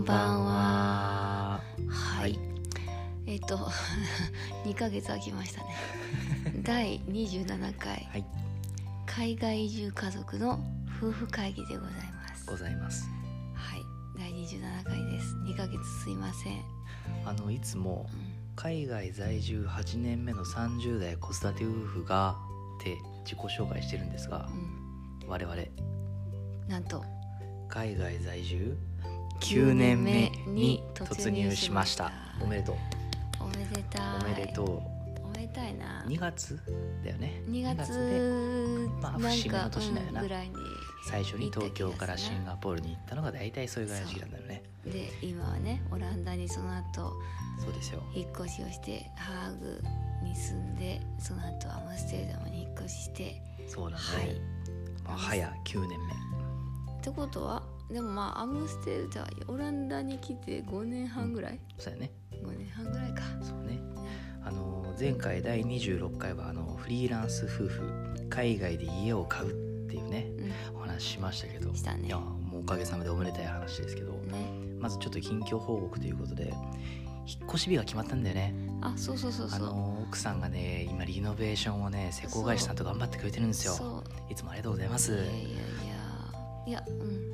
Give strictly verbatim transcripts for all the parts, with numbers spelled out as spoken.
ばんは。 はい。えっとにかげつ空きましたね。だいにじゅうななかい、はい、海外移住家族の夫婦会議でございます。 ございます。 はい。だいにじゅうななかいです。にかげつすいません。 あのいつも、うん、海外在住はちねんめのさんじゅうだい子育て夫婦がって自己紹介してるんですが、うん、我々 なんと海外在住きゅうねんめに突入しました。おめでとう。 おめでたい。 おめでとう。 おめでたいな。 にがつだよね。 にがつで、まあ、節目の年だよな、 うん、ぐらいに最初に東京からシンガポールに行ったのが大体そういうぐらいの時期なんだよね。 で今はねオランダにその後そうですよ、 引っ越しをしてハーグに住んで、その後アムステルダムに引っ越しして、 そうだね、 はい、 まあ、早きゅうねんめってことはでもまあアムステルダムオランダに来てごねんはんぐらい、うん、 そうやね、 ごねんはんぐらいか。 そうね、あの前回だいにじゅうろっかいはあのフリーランス夫婦海外で家を買うっていうね、うん、お話しましたけど、 したね、 いやもうおかげさまでおめでたい話ですけど、ね、まずちょっと近況報告ということで引っ越し日が決まったんだよね。 あ、そうそうそうそう、 あの奥さんがね今リノベーションをね施工会社さんと頑張ってくれてるんですよ。いつもありがとうございます。いやいやいやいや、うん、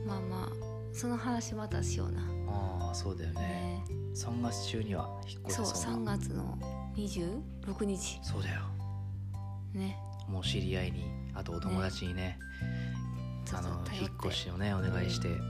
まあまあその話またしような。 ああそうだよ ね, ねさんがつ中には引っ越せそうな。 そうさんがつのにじゅうろくにち。 そうだよね。 もう知り合いにあとお友達に ね, ねあの引っ越しをねお願いして、うん、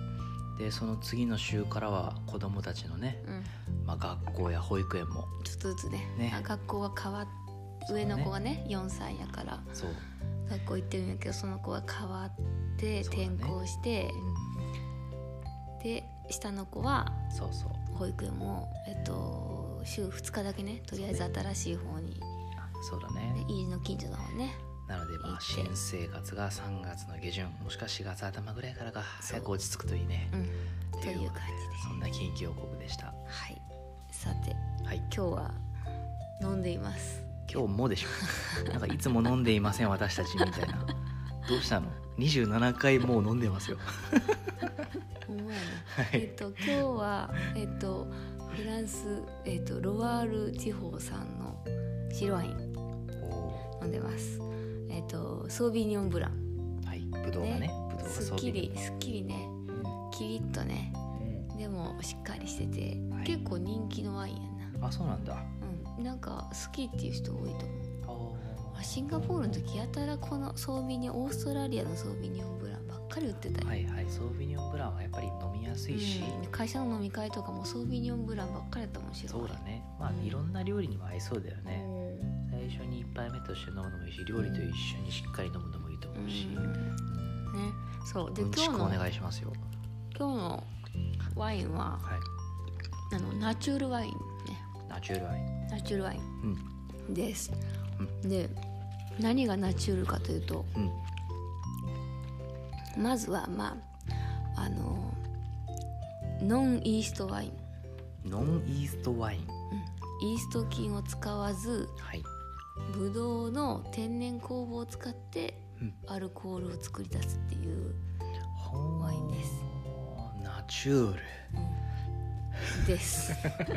でその次の週からは子供たちのね、うんまあ、学校や保育園もちょっとずつ ね, ね学校が変わっ上の子が ね, ねよんさいやからそう学校行ってるんやけど、その子が変わって転校して、ねうん、で下の子はそうそう保育園も、えっと、週ふつかだけねとりあえず新しい方にそうだね、 家の近所の方ね。 なのでまあ新生活がさんがつの下旬もしくはしがつあたまぐらいからが早く落ち着くといいね、うん、 という感じでそんな近況報告でした。はい。さて、はい、今日は飲んでいます。 今日もでしょなんかいつも飲んでいません私たちみたいなどうしたの。にじゅうななかいもう飲んでますよほんまやな、はい、えっと今日はえっとフランス、えっと、ロワール地方産の白ワイン飲んでます。えっとソービニョンブラン、 はい、ブドウがね、ブドウがすっきりすっきりね、うん、キリッとね、うん、でもしっかりしてて、はい、結構人気のワインやな。 あ、そうなんだ。 うん、なんか好きっていう人多いと思う。シンガポールの時やたらこのソービニョンオーストラリアのソービニョンブランばっかり売ってたよ。 はいはい、ソービニョンブランはやっぱり飲みやすいし、 うん、会社の飲み会とかもソービニョンブランばっかりだったもんし。 そうだね、まあ、うん、いろんな料理にも合いそうだよね、うん、最初にいっぱいめとして飲むのもいいし、料理と一緒にしっかり飲むのもいいと思うし、うんうん、 ね、そうで今日のお願いしますよ。 今日のワインは、はい、あのナチュールワインね。 ナチュールワインナチュールワイン、うん、です、うん、で何がナチュールかというと、うん、まずはまああのノンイーストワイン。 ノンイーストワイン、 うん、イースト菌を使わず、はい、ブドウの天然酵母を使ってアルコールを作り出すっていうワインです。 ナチュール、 うん、です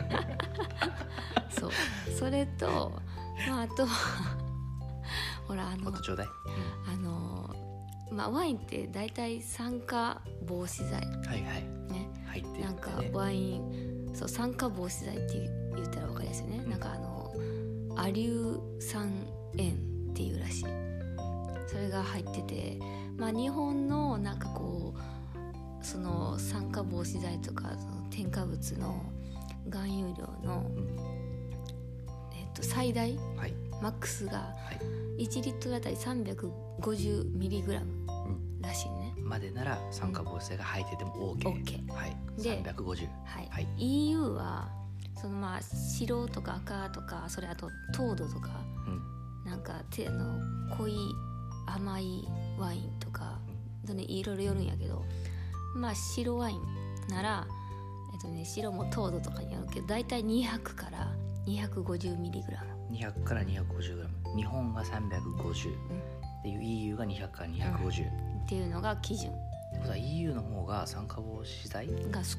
そうそれと、まあ、あとほらあのちょうだい、 うん、あのまあワインって大体酸化防止剤、 はいはいね、 入ってるってね、 なんかワインそう酸化防止剤って言ったら分かりやすいね、うん、なんかあのアリュー酸塩っていうらしい。それが入ってて、まあ日本のなんかこうその酸化防止剤とかその添加物の含有量の、うんえっと、最大、はい、マックスがいちリットルあたりさんびゃくごじゅうミリグラムらしいね、 うん、までなら酸化防止剤が入ってても OK、うん、OK、はい、でさんびゃくごじゅう、 はいはい、イーユー はそのまあ白とか赤とかそれあと糖度とか、うん、なんかてあの濃い甘いワインとか、うん、いろいろよるんやけど、まあ白ワインなら、えっとね、白も糖度とかによるけどだいたいにひゃくからにひゃくごじゅうミリグラム、 にひゃくからにひゃくごじゅうグラム、日本がさんびゃくごじゅう、うん、っていう イーユー がにひゃくからにひゃくごじゅう、うん、 っていうのが基準。 イーユー の方が酸化防止剤が少ない。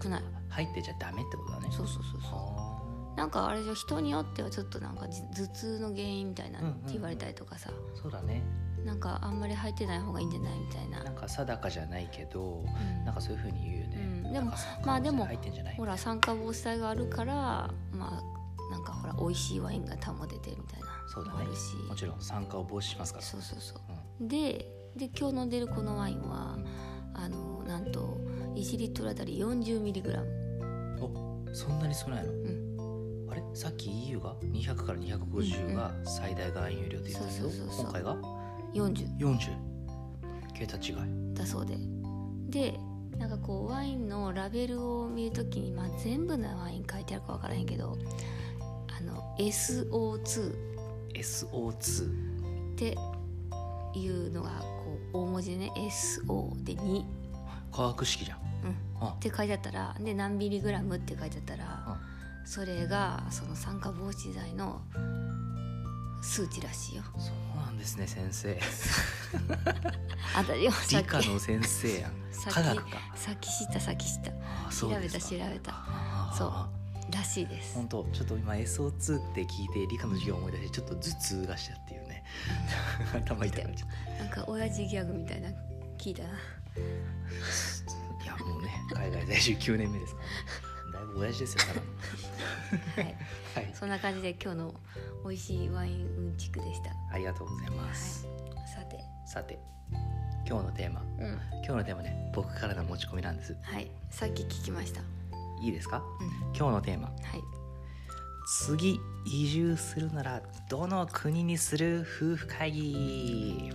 入ってちゃダメってことだね。 そうそうそうそうなんかあれじゃ人によってはちょっとなんか頭痛の原因みたいなって言われたりとかさ、うんうんうん、そうだねなんかあんまり入ってない方がいいんじゃないみたいななんか定かじゃないけど、うん、なんかそういう風に言うよね、 うん、でもまあでもほら酸化防止剤があるからまあなんかほら美味しいワインが保ててみたいなそうだねもちろん酸化を防止しますからそうそうそう、うん、で, で今日飲んでるこのワインは、うん、あのなんといちリットルあたり よんじゅうミリグラムおそんなに少ないの、うん、あれさっき イーユー がにひゃくからにひゃくごじゅうが最大含有量って言ったけど、うんうん、今回がよんじゅうよんじゅう桁違いだそうででなんかこうワインのラベルを見るときに、まあ、全部のワイン書いてあるか分からへんけどあの エスオーツーエスオーツーっていうのがこう大文字でね エスオー でに化学式じゃん、 うん、って書いてあったらで何ミリグラムって書いてあったらそれがその酸化防止剤の数値らしいよ。 そうなんですね先生あたり理科の先生やん科学かさっき知ったさっき知った調べた調べたそうらしいです。 本当ちょっと今 エスオーツー って聞いて理科の授業を思い出してちょっと頭痛がしたっていうね頭痛くなっちゃったなんか親父ギャグみたいな聞いたな。 いやもうね海外在住きゅうねんめですからねだいぶ親父ですよはい、はい、そんな感じで今日の美味しいワインうんちくでした。 ありがとうございます、 はい、さてさて今日のテーマ、うん、今日のテーマね僕からの持ち込みなんです。 はいさっき聞きました。 いいですか、 うん、 今日のテーマ、 はい、 次移住するならどの国にする夫婦会議。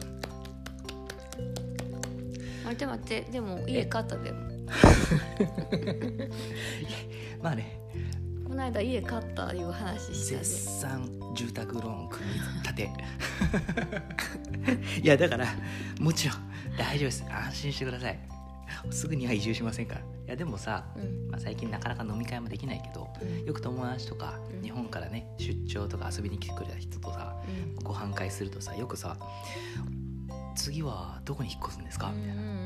待って待ってでも家買ったでもまあねこの間家買ったいう話したで絶賛住宅ローン組み立ていやだからもちろん大丈夫です安心してくださいすぐには移住しませんから。いやでもさ、うんまあ、最近なかなか飲み会もできないけど、うん、よく友達とか、うん、日本からね出張とか遊びに来てくれた人とさ、うん、ご飯会するとさよくさ次はどこに引っ越すんですかみたいな、うんうんうん、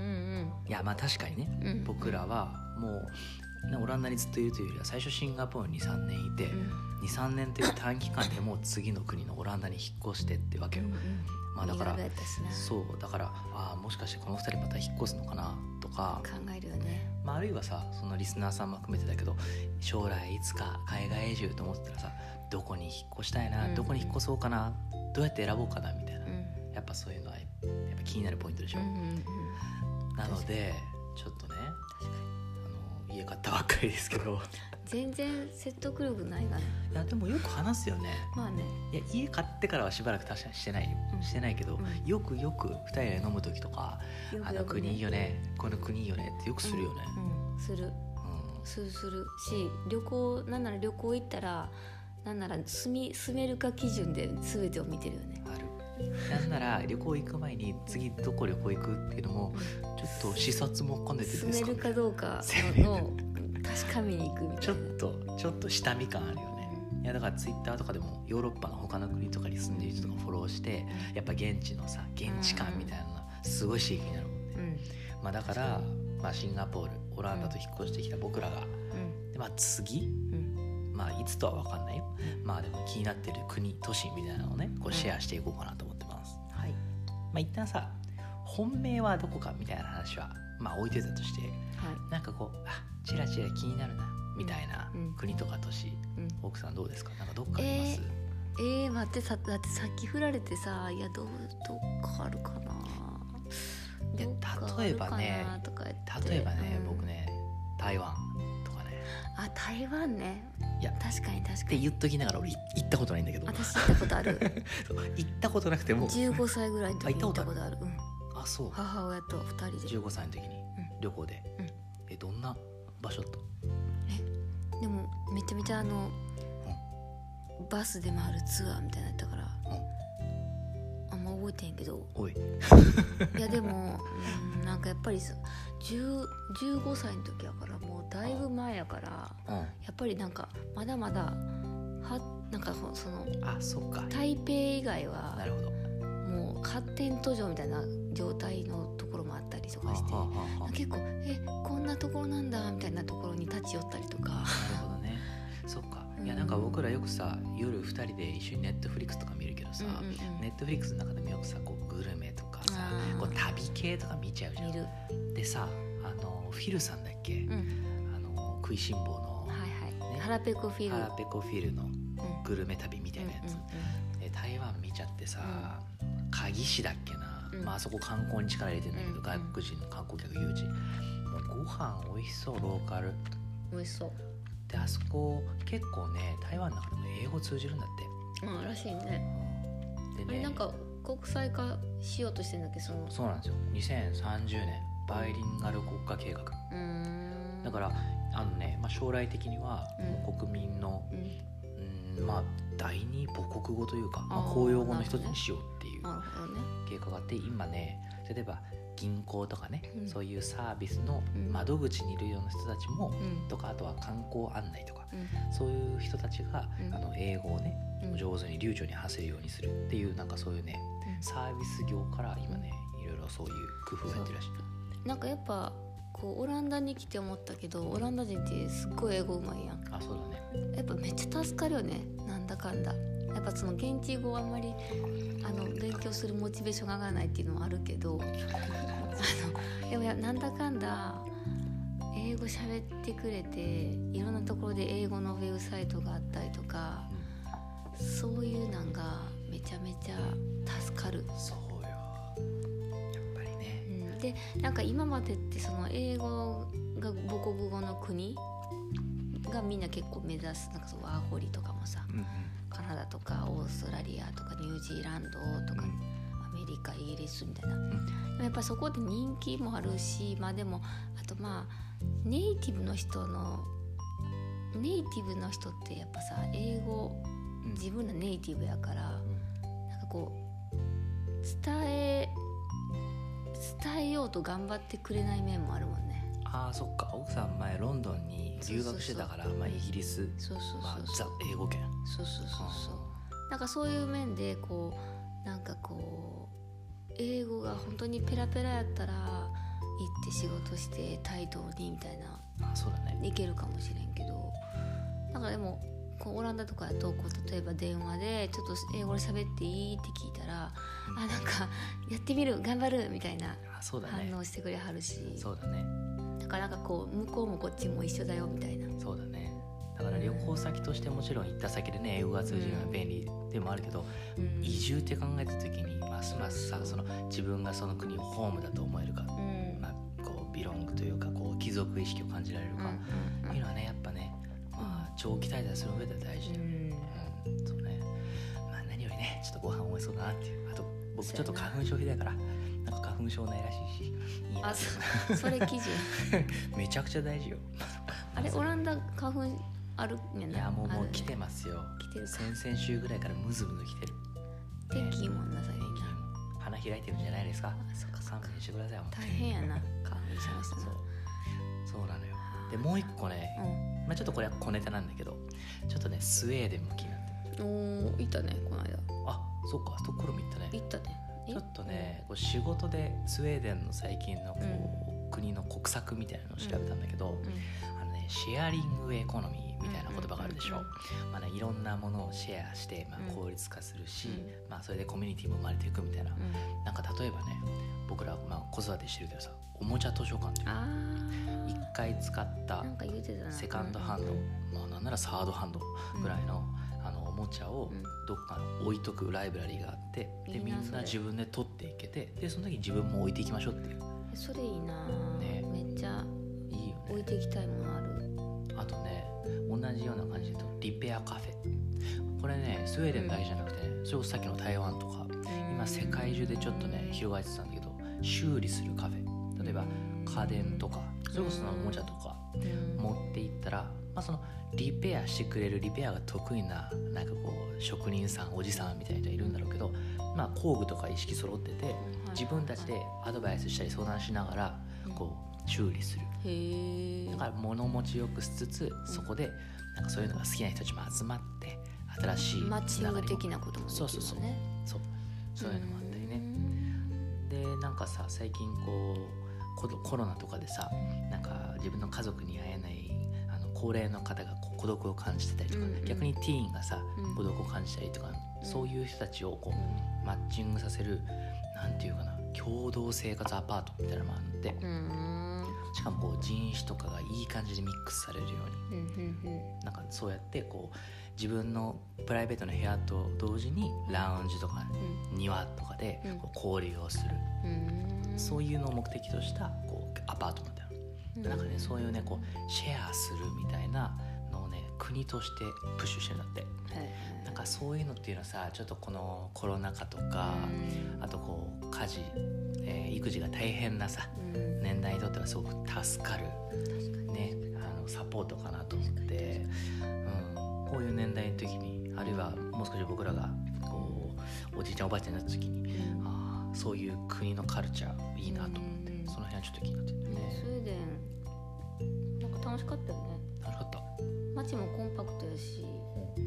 いやまあ確かにね、うん、僕らはもう、ね、オランダにずっといるというよりは最初シンガポールにさんねんいて、うん、にさんねんという短期間でもう次の国のオランダに引っ越してってわけよ、うんうんまあ、だからそうだからあもしかしてこのふたりまた引っ越すのかなとか考えるよね、 まあ、あるいはさそのリスナーさんも含めてだけど将来いつか海外移住と思ってたらさどこに引っ越したいな、うん、どこに引っ越そうかなどうやって選ぼうかなみたいな、うん、やっぱそういうのはやっぱ気になるポイントでしょ、うんうんうん、なのでちょっとねあの家買ったばっかりですけど全然説得力ないがね。 いやでもよく話すよね。 まあね。 いや家買ってからはしばらく確かにしてないよ、うん、してないけど、うん、よくよくふたりで飲む時とか、よくよくね、あの国いいよねこの国いいよねってよくするよね。 うんうん、する、うん、するするし旅行なんなら旅行行ったらなんなら住み住めるか基準で全てを見てるよね。 ある。なんなら旅行行く前に次どこ旅行行くっていうのもちょっと視察も兼ねてですか、ね、 住めるかどうかの確かめに行くみたいなちょっとちょっと下見感あるよね。いやだからツイッターとかでもヨーロッパの他の国とかに住んでる人とかフォローしてやっぱ現地のさ現地感みたいなのがすごい刺激になるもんね、うんまあ、だから、まあ、シンガポールオランダと引っ越してきた僕らが、うんでまあ、次、うんまあ、いつとは分かんないよ、まあでも気になってる国都市みたいなのをねこうシェアしていこうかなと思ってます、 はいまあ、一旦さ本命はどこかみたいな話はまあ置いてたとして、はい、なんかこうあチラチラ気になるなみたいな国とか都市、うん、奥さんどうですか？なんかどっかあります？ えー、えー、待ってさだってさっき振られてさいやどうどっかあるかな。 で例えばね例えばね、うん、僕ね台湾とかね。 あ台湾ね。いや確かに確かに。 って言っときながら俺行ったことないんだけど。 私行ったことある。 行ったことなくても。 じゅうごさいぐらいの時に行ったことある。うん、 あそう。 母親とふたりで。 じゅうごさいの時に旅行で。うん、えどんな場所と？ えでもめちゃめちゃあの、うん、バスで回るツアーみたいなやったから、うん、あんま覚えてへんけど。 おい。 いやでも、うん、なんかやっぱりじゅう、じゅうごさいの時やからもうだいぶ前やから、うん、やっぱりなんかまだまだはなんかそのあそっか台北以外はなるほどもう発展途上みたいな状態のところもあったりとかして、はあはあはあ、結構えこんなところなんだみたいなところに立ち寄ったりとか。 なるほどね。そっか。いやなんか僕らよくさ夜ふたりで一緒にネットフリックスとか見るけどさ、うんうんうん、ネットフリックスの中でもよくさこうグルメとかさこう旅系とか見ちゃうじゃん。見る。でさあのフィルさんだっけ、うん、あの食いしん坊の、 はいはいね、ハラペコフィルハラペコフィルのグルメ旅みたいなやつ、うんうんうん、で台湾見ちゃってさ、うん、鍵市だっけな、うんまあ、あそこ観光に力入れてんだけど、うんうん、外国人の観光客誘致もうご飯美味しそうローカル美味しそうであそこ結構ね台湾の中でも英語通じるんだってうんらしいね、うん、でねなんか国際化しようとしてるんだけどそのそうなんですよにせんさんじゅうねんバイリンガル国家計画うーんだからあのね、まあ、将来的にはもう国民の、うんうんまあ、第二母国語というか、まあ、公用語の一つにしようっていう計画があって今ね例えば銀行とかね、うん、そういうサービスの窓口にいるような人たちも、うん、とかあとは観光案内とか、うん、そういう人たちが、うん、あの英語をね、うん、上手に流暢に話せるようにするっていうなんかそういうね、うん、サービス業から今ねいろいろそういう工夫をやってるらしい。 なんかやっぱこうオランダに来て思ったけどオランダ人ってすっごい英語うまいやん。 あ、そうだね。 やっぱめっちゃ助かるよねなんだかんだ。やっぱその現地語をあんまりあの勉強するモチベーションが上がらないっていうのはあるけどあのでもやなんだかんだ英語喋ってくれていろんなところで英語のウェブサイトがあったりとか、うん、そういうなんがめちゃめちゃ助かる。 そうよやっぱりね、 うん、でなんか今までってその英語が母国語の国がみんな結構目指すなんかそうワーホリとかもさ、うんうんカナダとかオーストラリアとかニュージーランドとか、うん、アメリカイギリスみたいな、うん、でもやっぱそこで人気もあるしまあでもあとまあネイティブの人のネイティブの人ってやっぱさ英語、うん、自分らネイティブやから、うん、なんかこう伝え伝えようと頑張ってくれない面もあるもんね。 ああそっか奥さん前ロンドンに留学してたからそうそうそう、まあ、イギリスそうそうそう、 まあ、ザ英語圏そうそうそうそうなんかそういう面でこうなんかこう英語が本当にペラペラやったら行って仕事して対等にみたいなあそうだねいけるかもしれんけどなんかでもこうオランダとかだとこう例えば電話でちょっと英語で喋っていいって聞いたら、うん、あなんかやってみる頑張るみたいな反応してくれはるしそうだねだからなんかこう向こうもこっちも一緒だよみたいなそうだねだから旅行先としてもちろん行った先でね英語が通じるのは便利でもあるけど、うん、移住って考えた時にますますさその自分がその国をホームだと思えるか、うんまあ、こうビロングというかこう貴族意識を感じられるか、うんうん、いうのはねやっぱね、まあ、長期滞在する上では大事だよね、うんうん、そうね、まあ、何よりねちょっとご飯美味しそうだなっていうあと僕ちょっと花粉症ひどいからなんか花粉症ないらしいしいいなあ そ, それ記事めちゃくちゃ大事よあれオランダ花粉あるんやな。 いやもうもう来てますよ。 来てるか。 先々週ぐらいからムズムズ来てる。 天気いいもんな最近。 花開いてるんじゃないですか。 あそっかそっか。 勘弁してください。 大変やな花粉症の人。そうそうなのよ。でもう一個ね、うん、まあちょっとこれは小ネタなんだけど、ちょっとねスウェーデンも気になってる。 おー行ったねこの間。 あそっかストックホルム行ったね。 行ったね。 ちょっとねこう仕事でスウェーデンの最近のこう、うん、国の国策みたいなのを調べたんだけど、うん、あのねシェアリングエコノミーみたいな言葉があるでしょ、うんうんうんまあね、いろんなものをシェアして、まあ、効率化するし、うんまあ、それでコミュニティも生まれていくみたいな、うん、なんか例えばね僕ら、まあ、子育てしてるけどさおもちゃ図書館っていう一回使ったセカンドハンド、うんうんまあ、なんならサードハンドぐらいの、うん、あのおもちゃをどっかに置いとくライブラリーがあって、うん、でみんな自分で取っていけてでその時に自分も置いていきましょうっていうそれいいな、ね、めっちゃいいよね置いていきたいものあるあとね同じような感じでリペアカフェこれねスウェーデンだけじゃなくて、ねうん、それこそさっきの台湾とか今世界中でちょっとね広がってたんだけど修理するカフェ例えば家電とかそれこそそのおもちゃとか持っていったら、まあ、そのリペアしてくれるリペアが得意ななんかこう職人さんおじさんみたいな人いるんだろうけど、まあ、工具とか意識揃ってて自分たちでアドバイスしたり相談しながらこう修理するへだから物持ちよくしつつそこでなんかそういうのが好きな人たちも集まって新しいマッチング的なこともできるよねそうそうそうそうそういうのもあったりねね。でなんかさ最近こうコロコロナとかでさなんか自分の家族に会えないあの高齢の方がこう孤独を感じてたりとか、 うんうん、 逆にティーンがさ、 うん、 孤独を感じたりとか、 うん、 そういう人たちをこうマッチングさせるなんていうかな共同生活アパートみたいなのもあって、 うん、 しかもこう人種とかがいい感じでミックスされるように、 うんうんうん、 なんかそうやってこう自分のプライベートの部屋と同時にラウンジとか、うん、庭とかでこう交流をする、うん、そういうのを目的としたこうアパートみたいな、うん、なんかねそういうねこうシェアするみたいなのをね国としてプッシュしてるんだって、はい、なんかそういうのっていうのはさちょっとこのコロナ禍とか、うん、あとこう家事、えー、育児が大変なさ、うん、年代にとってはすごく助かるねあのサポートかなと思って、うん、こういう年代の時にあるいはもう少し僕らがこうおじいちゃんおばあちゃんになった時に、うん、あそういう国のカルチャーいいなと思って、うん、その辺はちょっと気になってるんだよね。 スウェーデンなんか楽しかったよね。 楽しかった。 街もコンパクトやし、うん、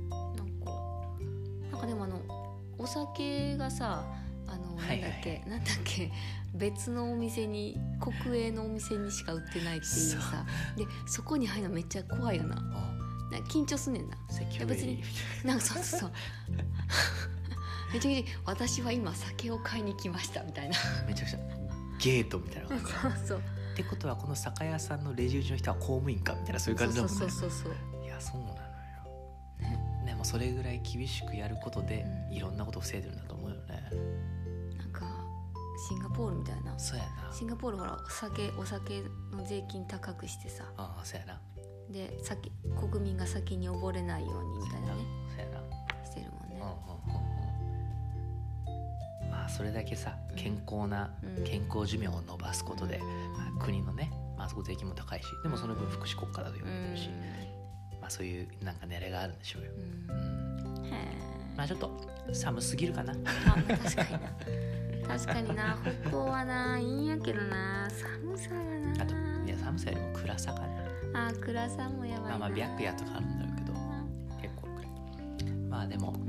なんかなんかでもあのお酒がさあのなんだっけ、はいはい、なんだっけ別のお店に国営のお店にしか売ってないっていうさでそこに入るのめっちゃ怖いよな。なんか緊張すんねんな。別になんかそうそうそうめちゃくちゃ私は今酒を買いに来ましたみたいなめちゃくちゃゲートみたいなそうそうってことはこの酒屋さんのレジ打ちの人は公務員かみたいなそういう感じだもんね。 そうそうそうそういやそうなのよ、ね、でもそれぐらい厳しくやることで、うん、いろんなことを防いでるんだと思うよね。 なんかシンガポールみたいな。 そうやな。 シンガポールほらお酒お酒の税金高くしてさああそうやなで先国民が先に溺れないようにみたいなねそうやなしてるもんね。 うんうんうん、まあそれだけさ健康な、うん、健康寿命を伸ばすことで、うんまあ、国のね、まあそこ税金も高いしでもその分福祉国家だと言われてるし、うん、まあそういうなんか狙いがあるんでしょうよ、うんうん、へまあちょっと寒すぎるかな。 あ確かにな確かにな北欧はないいんやけどな寒さがなあといや寒さよりも暗さかな。 あ暗さもやばいな。 まあまあ白夜とかあるんだろうけど結構暗い。まあでも、うん、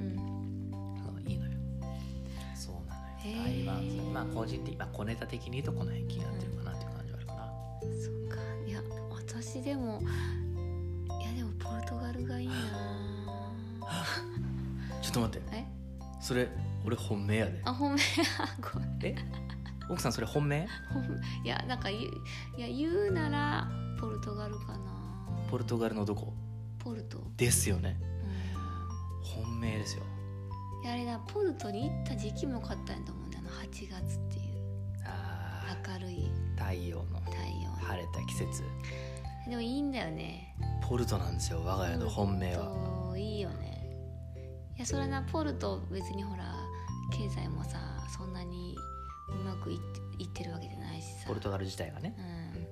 いいのよ。そうなのよ。台湾まあ個人的まあ小ネタ的に言うとこの辺気になってるかなっていう感じはあるかな。 そっかいや私でもいやでもポルトガルがいいなちょっと待ってえそれ俺本命やで。 あ本命ごめんえ奥さんそれ本命いやなんか言ういや言うならポルトガルかな。 ポルトガルのどこ？ ポルトですよね、うん、本命ですよ。 いやあれなポルトに行った時期も良かったんやと思うんだよなはちがつっていうあ明るい太陽の太陽の晴れた季節でもいいんだよね。 ポルトなんですよ我が家の本命は。 いいよね。いやそれはなポルト別にほら経済もさそんなにうまくい って, いってるわけじゃないしさポルトガル自体がね、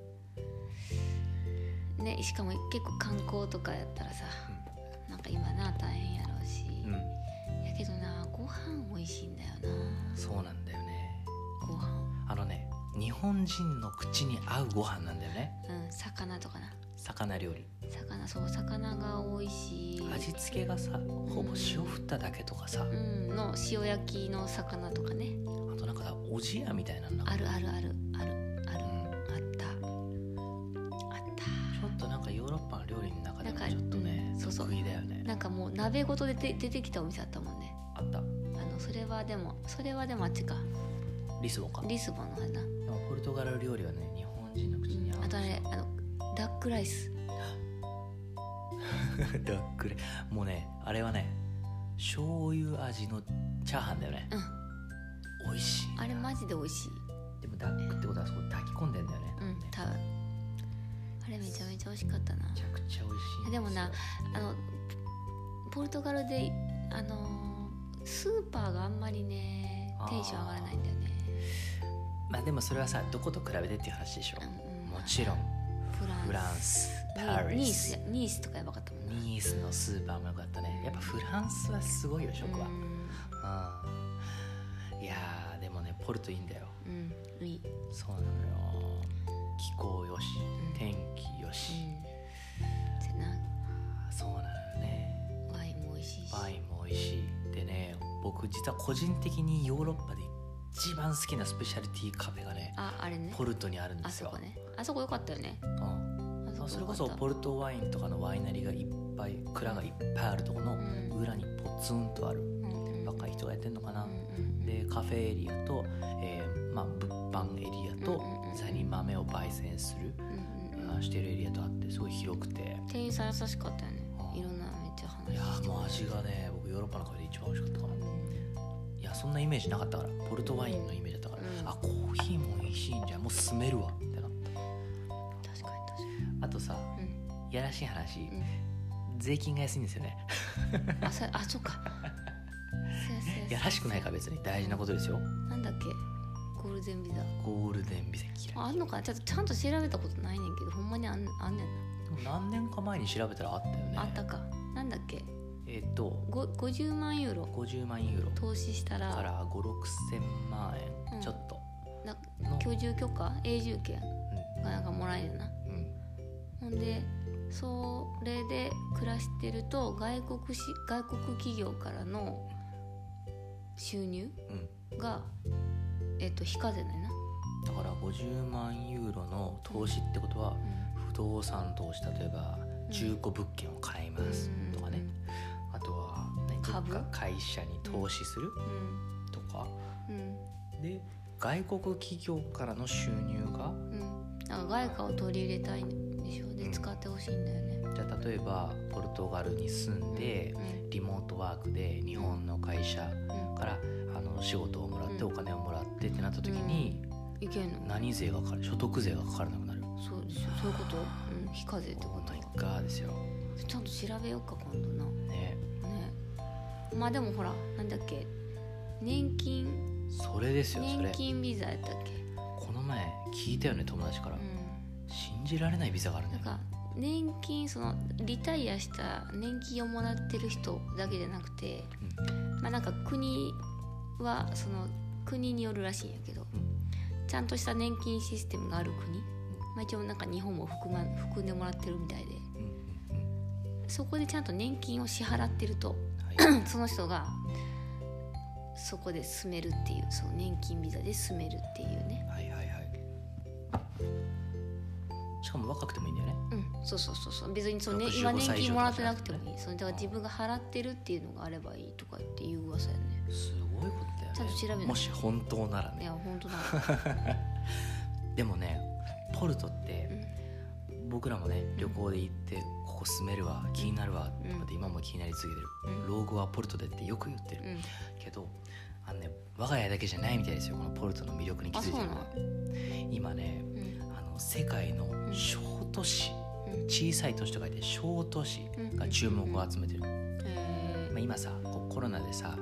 うん、ねしかも結構観光とかやったらさ、うん、なんか今な大変やろうし、うん、やけどなご飯美味しいんだよな。 そうなんだよねご飯あのね日本人の口に合うご飯なんだよね。 うん魚とかな魚料理魚そう魚が美味しい。 味付けがさほぼ塩振っただけとかさ、 うん、の塩焼きの魚とかね。 あとなんかさおじやみたいなのあるあるあるあるある、うん、あったあった。 ちょっとなんかヨーロッパの料理の中でもちょっとね、うん、得意だよね。 なんかもう鍋ごと出て出てきたお店あったもんね。 あった。あのそれはでもそれはでもあっちかリスボンか。 リスボンのはな。 でもポルトガル料理はね日本人の口に合う、うん、 あとあれあのダックライスダックライスもうねあれはね醤油味のチャーハンだよね、うん、美味しい。 あれマジで美味しい。 でもダックってことはそこ炊き込んでんだよね。 うん多分あれめちゃめちゃ美味しかったな。 めちゃくちゃ美味しい。 でもなあのポルトガルであのスーパーがあんまりねテンション上がらないんだよね。 まあでもそれはさどこと比べてっていう話でしょ、うんうん、もちろんフランス、フランスパリスニースニースとかやばかったもんね。 ニースのスーパーもよかったね。やっぱフランスはすごいよ食は、うん、いやでもねポルトいいんだよ、 うん、いい。 そうなのよ。気候よし、うん、天気よし、うん、 なそうなのよね。 ワインも美味しいしワインも美味しいでね僕実は個人的にヨーロッパで一番好きなスペシャリティカフェがね、 ああれね、 ポルトにあるんですよ。 あそこね、あそこよかったよね。 うん、 あそこよかった。 それこそポルトワインとかのワイナリーがいっぱい、蔵がいっぱいあるところの裏にポツンとある、うん、若い人がやってるのかな、うん、でカフェエリアと、えーまあ、物販エリアと、うん、ザニ豆を焙煎する、うん、してるエリアとあって、すごい広くて店員さん優しかったよね、うん、いろんなめっちゃ話して。いやもう味がね、僕ヨーロッパのカフェで一番美味しかったかも、うん、いやそんなイメージなかったから、ポルトワインのイメージだったから、うん、あコーヒーも美味しいんじゃん、もう住めるわってなった。 確かに確かに。 あとさ、うん、やらしい話、うん、税金が安いんですよねあ, そあそうかやらしくないか、別に大事なことですよ。 なんだっけ、ゴールデンビザ。 ゴールデンビザ嫌い。 あんのかな、ちょっとちゃんと調べたことないねんけど、ほんまにあん、あんねんな。 でも何年か前に調べたらあったよね。 あったか。なんだっけ、 えっとごじゅうまんユーロごじゅうまんユーロ投資したらからご、ろくせんまんえん、うん、ちょっとな居住許可、永住権がなんかもらえるな、うん、ほんでそれで暮らしてると外国し外国企業からの収入が、うん、えっと非課税ないな。 だからごじゅうまんユーロの投資ってことは、うん、不動産投資、例えば中古物件を買いますとかね、うん、あとは株、 会社に投資する、うん、とか、うん、で外国企業からの収入が、うん、 なんか外貨を取り入れたいんでしょうね、うん、使ってほしいんだよね。 じゃあ例えばポルトガルに住んで、うん、リモートワークで日本の会社から、うん、あの仕事をもらってお金をもらってってなった時に、 うん、いけんの？ 何税がかかる？所得税がかからなくなる。 そうでしょ、そういうこと、うん、非課税ってこと。 オーマイガーですよ。 ちゃんと調べようか今度な。 ね。 ね。まあでもほら、なんだっけ、年金。 それですよ、それ。 年金ビザやったっけ。 この前聞いたよね、友達から。うん、信じられないビザがあるんだよ。 なんか年金、そのリタイアした年金をもらってる人だけじゃなくて、うん、まあなんか国はその国によるらしいんやけど、うん、ちゃんとした年金システムがある国、まあ、一応なんか日本も含ま含んでもらってるみたいで、うんうん、そこでちゃんと年金を支払ってると、はい、その人がそこで住めるっていう、その年金ビザで住めるっていうね。 はいはいはい。しかも若くてもいいんだよね。 うん、そうそうそうそう。別にその、ね、今年金もらってなくてもいい。そのだから自分が払ってるっていうのがあればいいとかっていう噂やね。 すごいことだよね。 ちゃんと調べない。 もし本当ならね。 いや本当なら。 でもね、ポルトって、うん、僕らもね旅行で行ってここ住めるわ、気になるわって、うん、今も気になり続けてる、うん、老後はポルトでってよく言ってる、うん、けどあのね、我が家だけじゃないみたいですよ、このポルトの魅力に気づいてるのは。今ね、うん、あの世界の小都市、うん、小さい都市と書いて小都市が注目を集めてる、うん、まあ、今さこうコロナでさ、うん、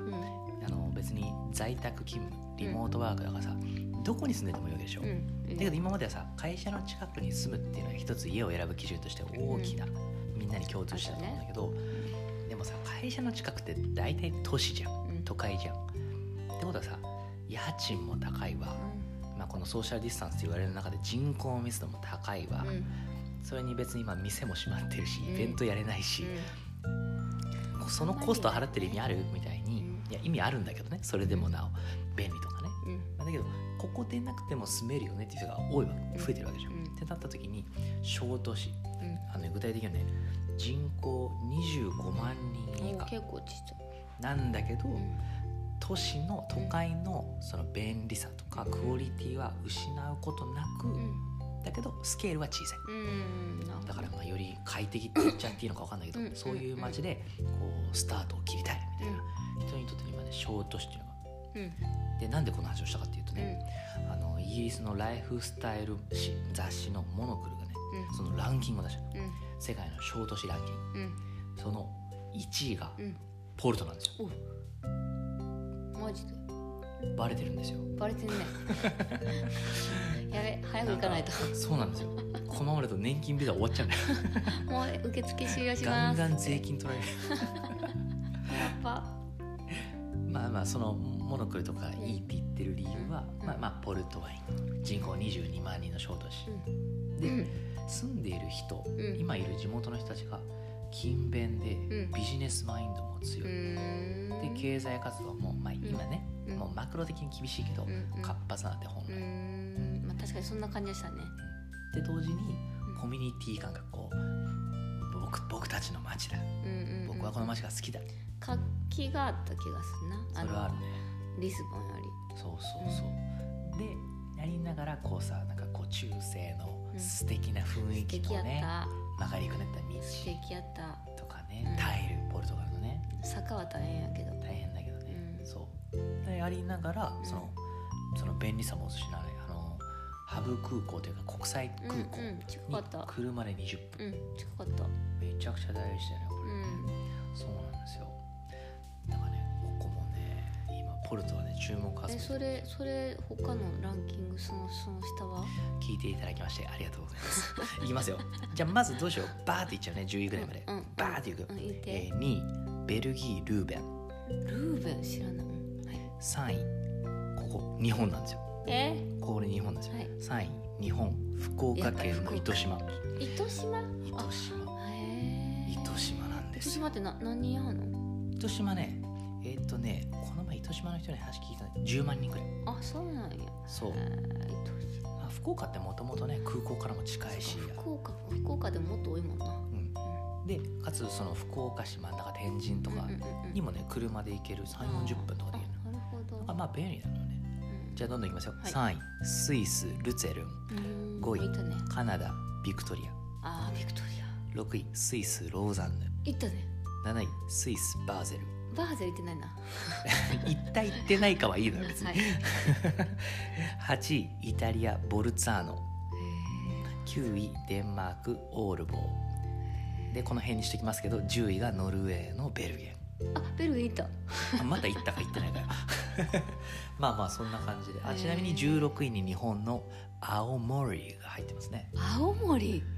あの別に在宅勤務リモートワークだからさ、どこに住んでてもいいわけでしょ、うん、だけど今まではさ、会社の近くに住むっていうのは一つ家を選ぶ基準として大きな、うん、みんなに共通したと思うんだけど、ね、でもさ、会社の近くって大体都市じゃん、うん、都会じゃんってことはさ、家賃も高いわ、うん、まあ、このソーシャルディスタンスと言われる中で人口密度も高いわ、うん、それに別に今店も閉まってるし、イベントやれないし、うん、そのコストを払ってる意味あるみたいに、いや意味あるんだけどね、それでもなお便利とかね、うん、だけどここでなくても住めるよねっていう人が多いわけ、増えてるわけじゃん、うん、ってなった時に小都市、うん、あの、ね、具体的にはね、人口にじゅうごまんにん以下、 結構ちっちゃいなんだけど、うん、都市の都会のその便利さとかクオリティは失うことなく、うん、だけどスケールは小さい、うん、だからまあより快適って言っちゃっていいのか分かんないけど、うん、そういう街でこうスタートを切りたいみたいな人にとって今ね、小都市っていうのが、うん、でなんでこの話をしたかっていうとね、うん、あのイギリスのライフスタイル誌雑誌のモノクルがね、うん、そのランキングを出した、うん、世界の小都市ランキング、うん、そのいちいがポルトなんですよ、 うん、マジでバレてるんですよ。 バレてるねやべ、早く行かないと。 そうなんですよ、このままだと年金ビザ終わっちゃうんだよもう受付終了します。 ガンガン税金取られるやっぱまあまあそのモノクルとかいいって言ってる理由は、うん、まあまあポルトワイン人口にじゅうにまんにんの小都市、うん、で、うん、住んでいる人、うん、今いる地元の人たちが勤勉でうんビジネスマインドも強い、 うーんで経済活動も、まあ、今ね、 うんもうマクロ的に厳しいけど、 うんうん活発なんで本うー来、 んまあ確かにそんな感じでしたね。 で同時にうんコミュニティ感がこう 僕, 僕たちの街だ、 うんうんうん僕はこの街が好きだ、 活気があった気がするな。 それはあるね。 リスボンより。 そうそうそうでやりながらこうさなんかこう中世のうん素敵な雰囲素敵やっ気のね、 た。 曲がりくねった素道敵やった。 とかね、 うんタイルポルトガルのね坂は大変やけど。 大変だけどね、 うんそうでやりながらうんその、その便利さも失わないあのハブ空港というか国際空港うんうん近かにった。 車でにじゅっぷん、 うん近かった。 めちゃくちゃ大事だよねこれ、 うんそうなんですよ。だからねここもね今ポルトはね注目を集めてえそれそれ他のランキングそのその下は？ 聞いていただきましてありがとうございますいきますよ。じゃあまずどうしよう、バーっていっちゃうね、じゅういぐらいまで、 うんうんバーっていく、 うん言って。 えー、にいベルギールーベン、 ルーベン知らない。うんはい。 さんいここ日本なんですよ。 えここで日本なんですよ、 はい。 さんい日本福岡県の糸島。 糸島？ 糸島あへえ。 糸島なんですよ。 糸島ってな何人やんの？ 糸島ねえーっとねこの前糸島の人に話聞いたのじゅうまんにんくらい。 あそうなんや。 そう、 へー糸島。 まあ、福岡ってもともとね空港からも近いし、 福岡福岡でもっと多いもんな。 うん、でかつその福岡市真ん中天神とかうんうんうんうんにもね車で行けるさんじゅうよんじゅっぷんとかで行けるあなるほど。 の。あまあ便利なのね。 うんじゃあどんどんいきますよ、 はいさんいスイスルツェルン、 うんごい行ったね。 カナダビクトリあービクトリア、ろくいスイスローザンヌ、 ア行ったね。 なないスイスバーゼルバーゼル行ってないな。 行った行ってないかはいいのよ別に、 はい。 はちいイタリアボルツァーノ、 へきゅういデンマークオールボーでこの辺にしておきますけどじゅういがノルウェーのベルゲン。 ーあベルギー行った。 あまだ行ったか行ってないかまあまあそんな感じで、あへーちなみにじゅうろくいに日本の青森が入ってますね。 青森。へえ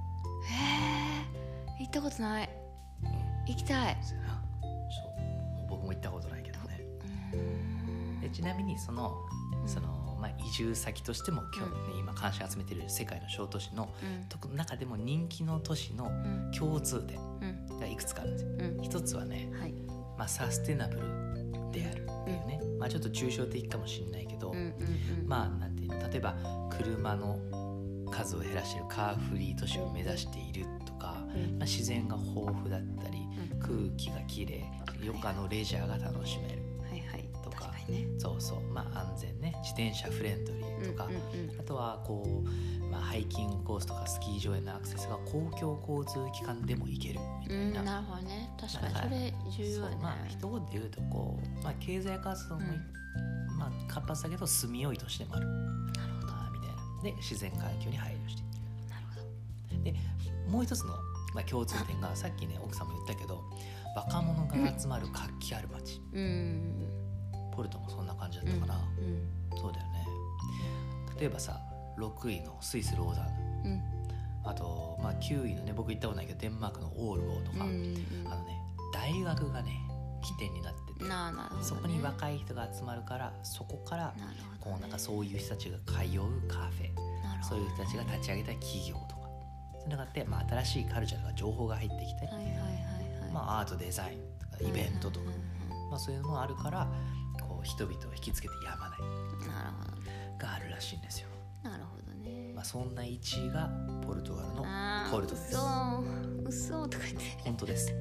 行ったことない。 うん行きたい。 そうやなそう僕も行ったことないけどね。 うーんでちなみにそのうんその、まあ、移住先としても今日、ね今関心集めている世界の小都市のうんと中でも人気の都市のうん共通点うんがいくつかあるんですよ。 うん一つはね、 はい。 まあ、サステナブルであるっていうね、まあ、ちょっと抽象的かもしれないけど、 うんうんうんまあなんていうの例えば車の数を減らしているカーフリー都市を目指しているとか、 うんまあ、自然が豊富だったりうん空気がきれいよくあのレジャーが楽しめるはいはいとか確かにね。 そうそうまあ安全ね自転車フレンドリーとか、 うんうんうんあとはこう、まあ、ハイキングコースとかスキー場へのアクセスが公共交通機関でも行けるみたいな、 うん、なるほどね。確かにだからそれ重要やね。 そうまあ一言で言うとこう、まあ、経済活動も、 うんまあ、活発だけど住みよいとしてもあるなるほどあーみたいなで自然環境に配慮しているなるほど。 でもう一つの、まあ、共通点がさっきね奥さんも言ったけど若者が集まる活気ある街、 うんポルトもそんな感じだったかな、 うんそうだよね。例えばさろくいのスイスローザンヌ、 うんあと、まあ、きゅういのね僕行ったことないけどデンマークのオールボーとか、 うんうんあのね大学がね起点になってて、 なあなるほどね。 そこに若い人が集まるからそこからなるほどねこうなんかそういう人たちが通うカフェ、 なるほどねそういう人たちが立ち上げた企業とかそういうのがあって、まあ、新しいカルチャーとか情報が入ってきたり、 はいはいはいはい。 まあ、アートデザインとかイベントとか、 うんうんまあ、そういうのもあるからこう人々を引きつけてやまないうんなるほどがあるらしいんですよ。 なるほどね。 まあ、そんな一位がポルトガルのあーポルトです。 嘘嘘とか言って。 本当です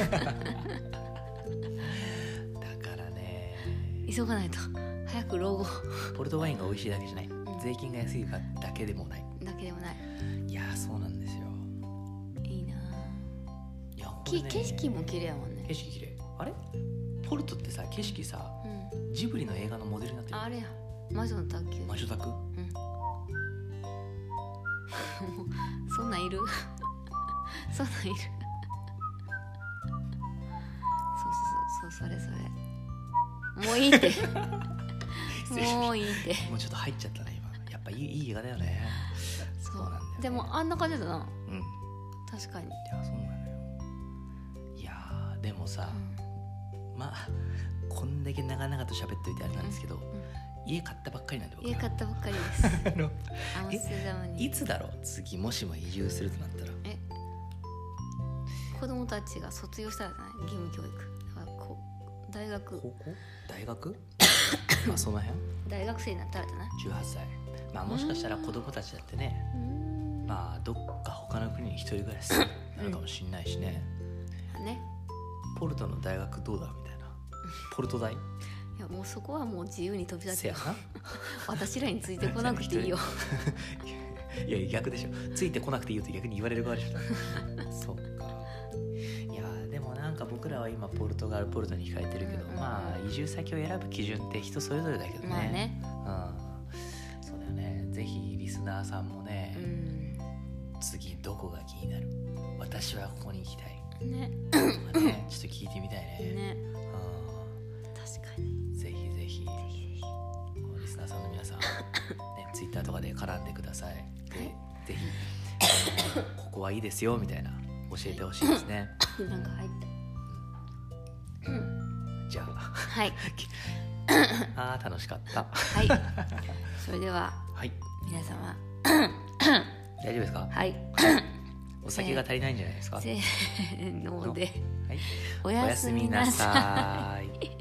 だからね急がないと早く老後ポルトワインが美味しいだけじゃない、税金が安いだけでもない。 だけでもない。 いやーそうなんですよ。 いいな。 いやこれきね景色も綺麗やもんね。 景色綺麗。あれポルトってさ景色さうん。 ジブリの映画のモデルになってる。 あれや。魔女の卓球。 魔女宅うん。そんなんいるそんなんいるそうそうそうそうそれそれもういいって失礼しましたもういいってもうちょっと入っちゃったね今。やっぱいいいい映画だよね。そうなんだよねでもあんな感じだなうんい確かに、 やそうなのよ。いやーでもさ、まあこんだけ長々と喋っといてあれなんですけど、家買ったばっかりなんで僕家買ったばっかりですあのアムステルダムにいつだろう次もしも移住するとなったらえ子供たちが卒業したらじゃない義務教育だからこう大学高校大学まあその辺大学生になったらじゃないじゅうはっさい、まあもしかしたら子供たちだってね、まあどっか他の国に一人暮らしするかもしんないしね、 ね、 ポルトの大学どうだみたいなポルト大いやもうそこはもう自由に飛び立てよせやな私らについてこなくていいよいや逆でしょ、ついてこなくていいよって逆に言われる側でしょそうか。いやでもなんか僕らは今ポルトガルポルトに控えてるけど、うんうん、まあ移住先を選ぶ基準って人それぞれだけどね、 まあね、 うん、そうだよね。ぜひリスナーさんもね、うん、次どこが気になる、私はここに行きたいねねちょっと聞いてみたいね。 ね、 うん、 確かにぜひぜひこのリスナーさんの皆さん、ね、ツイッターとかで絡んでください。で、はい、ぜひここはいいですよみたいな教えてほしいですね。 なんか入った、うん、 じゃあはいあー楽しかったはいそれでは、 はい、 皆様大丈夫ですか？ はいお酒が足りないんじゃないですか？ せーので、 はい、 おやすみなさい。